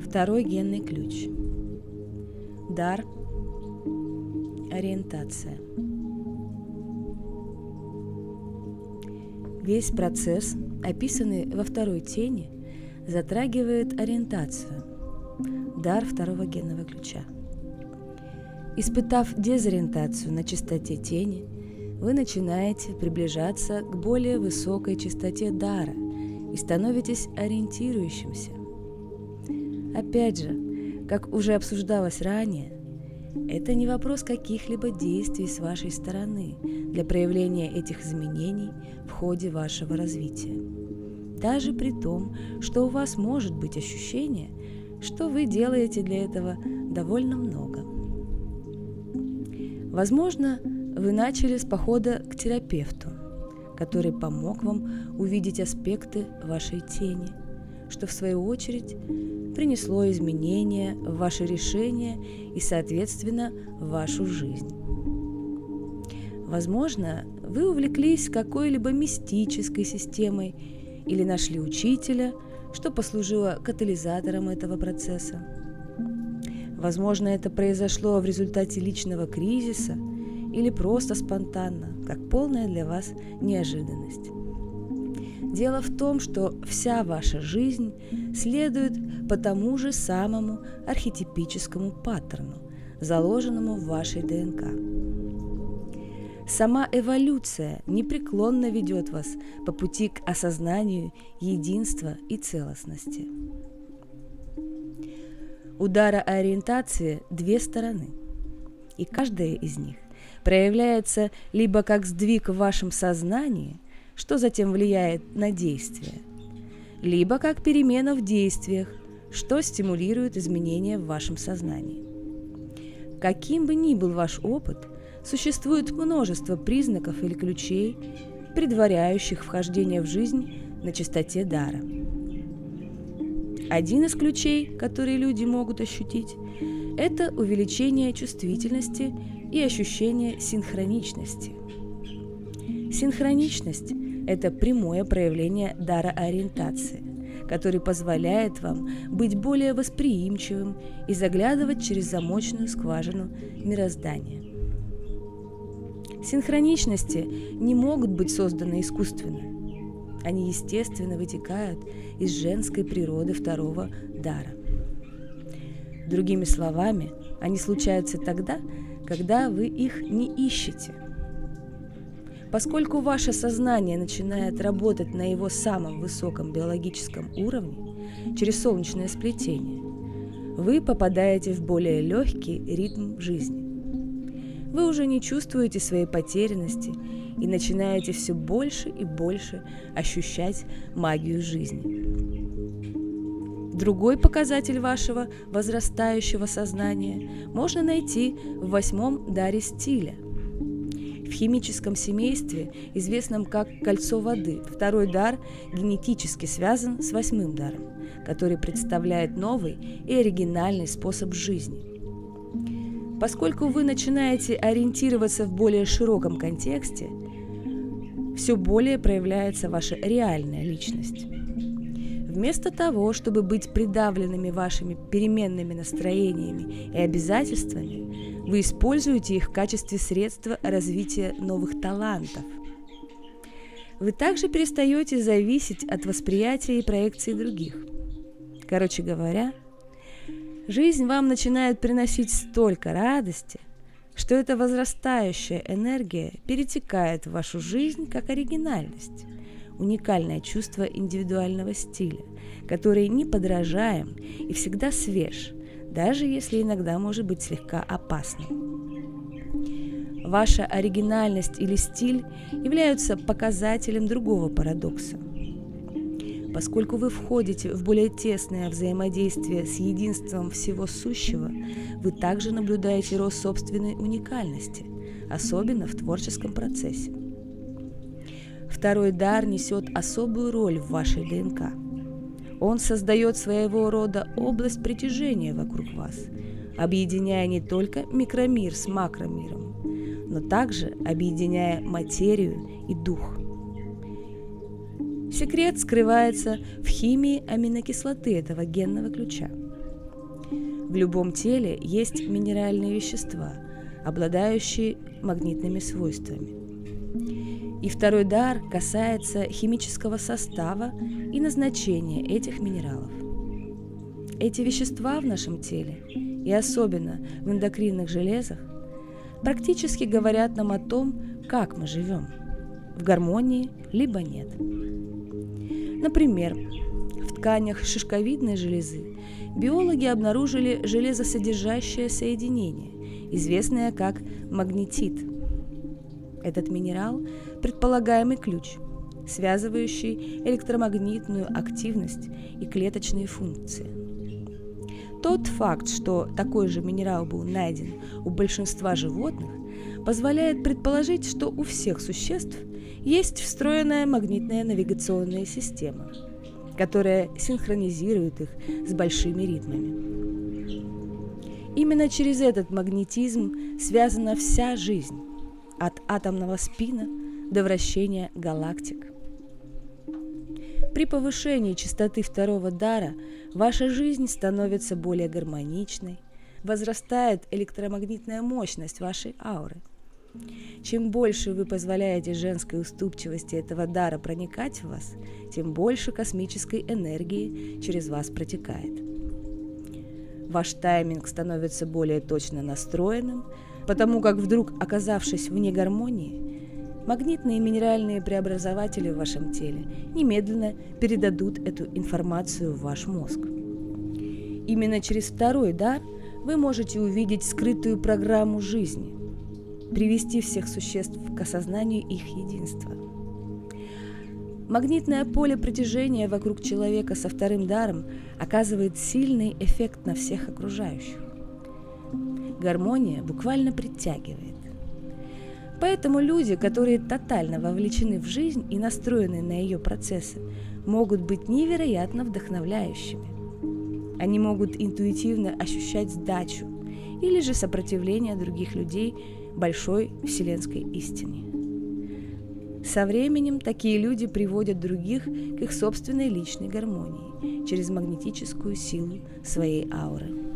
Второй генный ключ. Дар. Ориентация. Весь процесс, описанный во второй тени, затрагивает ориентацию, дар второго генного ключа. Испытав дезориентацию на частоте тени, вы начинаете приближаться к более высокой частоте дара и становитесь ориентирующимся. Опять же, как уже обсуждалось ранее, это не вопрос каких-либо действий с вашей стороны для проявления этих изменений в ходе вашего развития. Даже при том, что у вас может быть ощущение, что вы делаете для этого довольно много. Возможно, вы начали с похода к терапевту, который помог вам увидеть аспекты вашей тени, что в свою очередь принесло изменения в ваши решения и, соответственно, в вашу жизнь. Возможно, вы увлеклись какой-либо мистической системой или нашли учителя, что послужило катализатором этого процесса. Возможно, это произошло в результате личного кризиса или просто спонтанно, как полная для вас неожиданность. Дело в том, что вся ваша жизнь следует по тому же самому архетипическому паттерну, заложенному в вашей ДНК. Сама эволюция непреклонно ведет вас по пути к осознанию единства и целостности. У дара ориентации две стороны, и каждая из них проявляется либо как сдвиг в вашем сознании, что затем влияет на действия, либо как перемена в действиях, что стимулирует изменения в вашем сознании. Каким бы ни был ваш опыт, существует множество признаков или ключей, предваряющих вхождение в жизнь на частоте дара. Один из ключей, которые люди могут ощутить, это увеличение чувствительности и ощущение синхроничности. Синхроничность – это прямое проявление дара ориентации, который позволяет вам быть более восприимчивым и заглядывать через замочную скважину мироздания. Синхроничности не могут быть созданы искусственно. Они естественно вытекают из женской природы второго дара. Другими словами, они случаются тогда, когда вы их не ищете. Поскольку ваше сознание начинает работать на его самом высоком биологическом уровне, через солнечное сплетение, вы попадаете в более легкий ритм жизни. Вы уже не чувствуете своей потерянности и начинаете все больше и больше ощущать магию жизни. Другой показатель вашего возрастающего сознания можно найти в 8-м даре стиля. В химическом семействе, известном как кольцо воды, второй дар генетически связан с 8-м даром, который представляет новый и оригинальный способ жизни. Поскольку вы начинаете ориентироваться в более широком контексте, все более проявляется ваша реальная личность. Вместо того, чтобы быть придавленными вашими переменными настроениями и обязательствами, вы используете их в качестве средства развития новых талантов. Вы также перестаете зависеть от восприятия и проекции других. Короче говоря, жизнь вам начинает приносить столько радости, что эта возрастающая энергия перетекает в вашу жизнь как оригинальность, уникальное чувство индивидуального стиля, который неподражаем и всегда свеж, даже если иногда может быть слегка опасным. Ваша оригинальность или стиль являются показателем другого парадокса. Поскольку вы входите в более тесное взаимодействие с единством всего сущего, вы также наблюдаете рост собственной уникальности, особенно в творческом процессе. Второй дар несет особую роль в вашей ДНК. Он создает своего рода область притяжения вокруг вас, объединяя не только микромир с макромиром, но также объединяя материю и дух. Секрет скрывается в химии аминокислоты этого генного ключа. В любом теле есть минеральные вещества, обладающие магнитными свойствами. И второй дар касается химического состава и назначения этих минералов. Эти вещества в нашем теле, и особенно в эндокринных железах, практически говорят нам о том, как мы живем, в гармонии либо нет. Например, в тканях шишковидной железы биологи обнаружили железосодержащее соединение, известное как магнетит. Этот минерал – предполагаемый ключ, связывающий электромагнитную активность и клеточные функции. Тот факт, что такой же минерал был найден у большинства животных, позволяет предположить, что у всех существ есть встроенная магнитная навигационная система, которая синхронизирует их с большими ритмами. Именно через этот магнетизм связана вся жизнь, от атомного спина до вращения галактик. При повышении частоты второго дара ваша жизнь становится более гармоничной, возрастает электромагнитная мощность вашей ауры. Чем больше вы позволяете женской уступчивости этого дара проникать в вас, тем больше космической энергии через вас протекает. Ваш тайминг становится более точно настроенным, потому как вдруг, оказавшись вне гармонии, магнитные и минеральные преобразователи в вашем теле немедленно передадут эту информацию в ваш мозг. Именно через второй дар вы можете увидеть скрытую программу жизни, привести всех существ к осознанию их единства. Магнитное поле притяжения вокруг человека со вторым даром оказывает сильный эффект на всех окружающих. Гармония буквально притягивает. Поэтому люди, которые тотально вовлечены в жизнь и настроены на ее процессы, могут быть невероятно вдохновляющими. Они могут интуитивно ощущать сдачу или же сопротивление других людей большой вселенской истине. Со временем такие люди приводят других к их собственной личной гармонии через магнетическую силу своей ауры.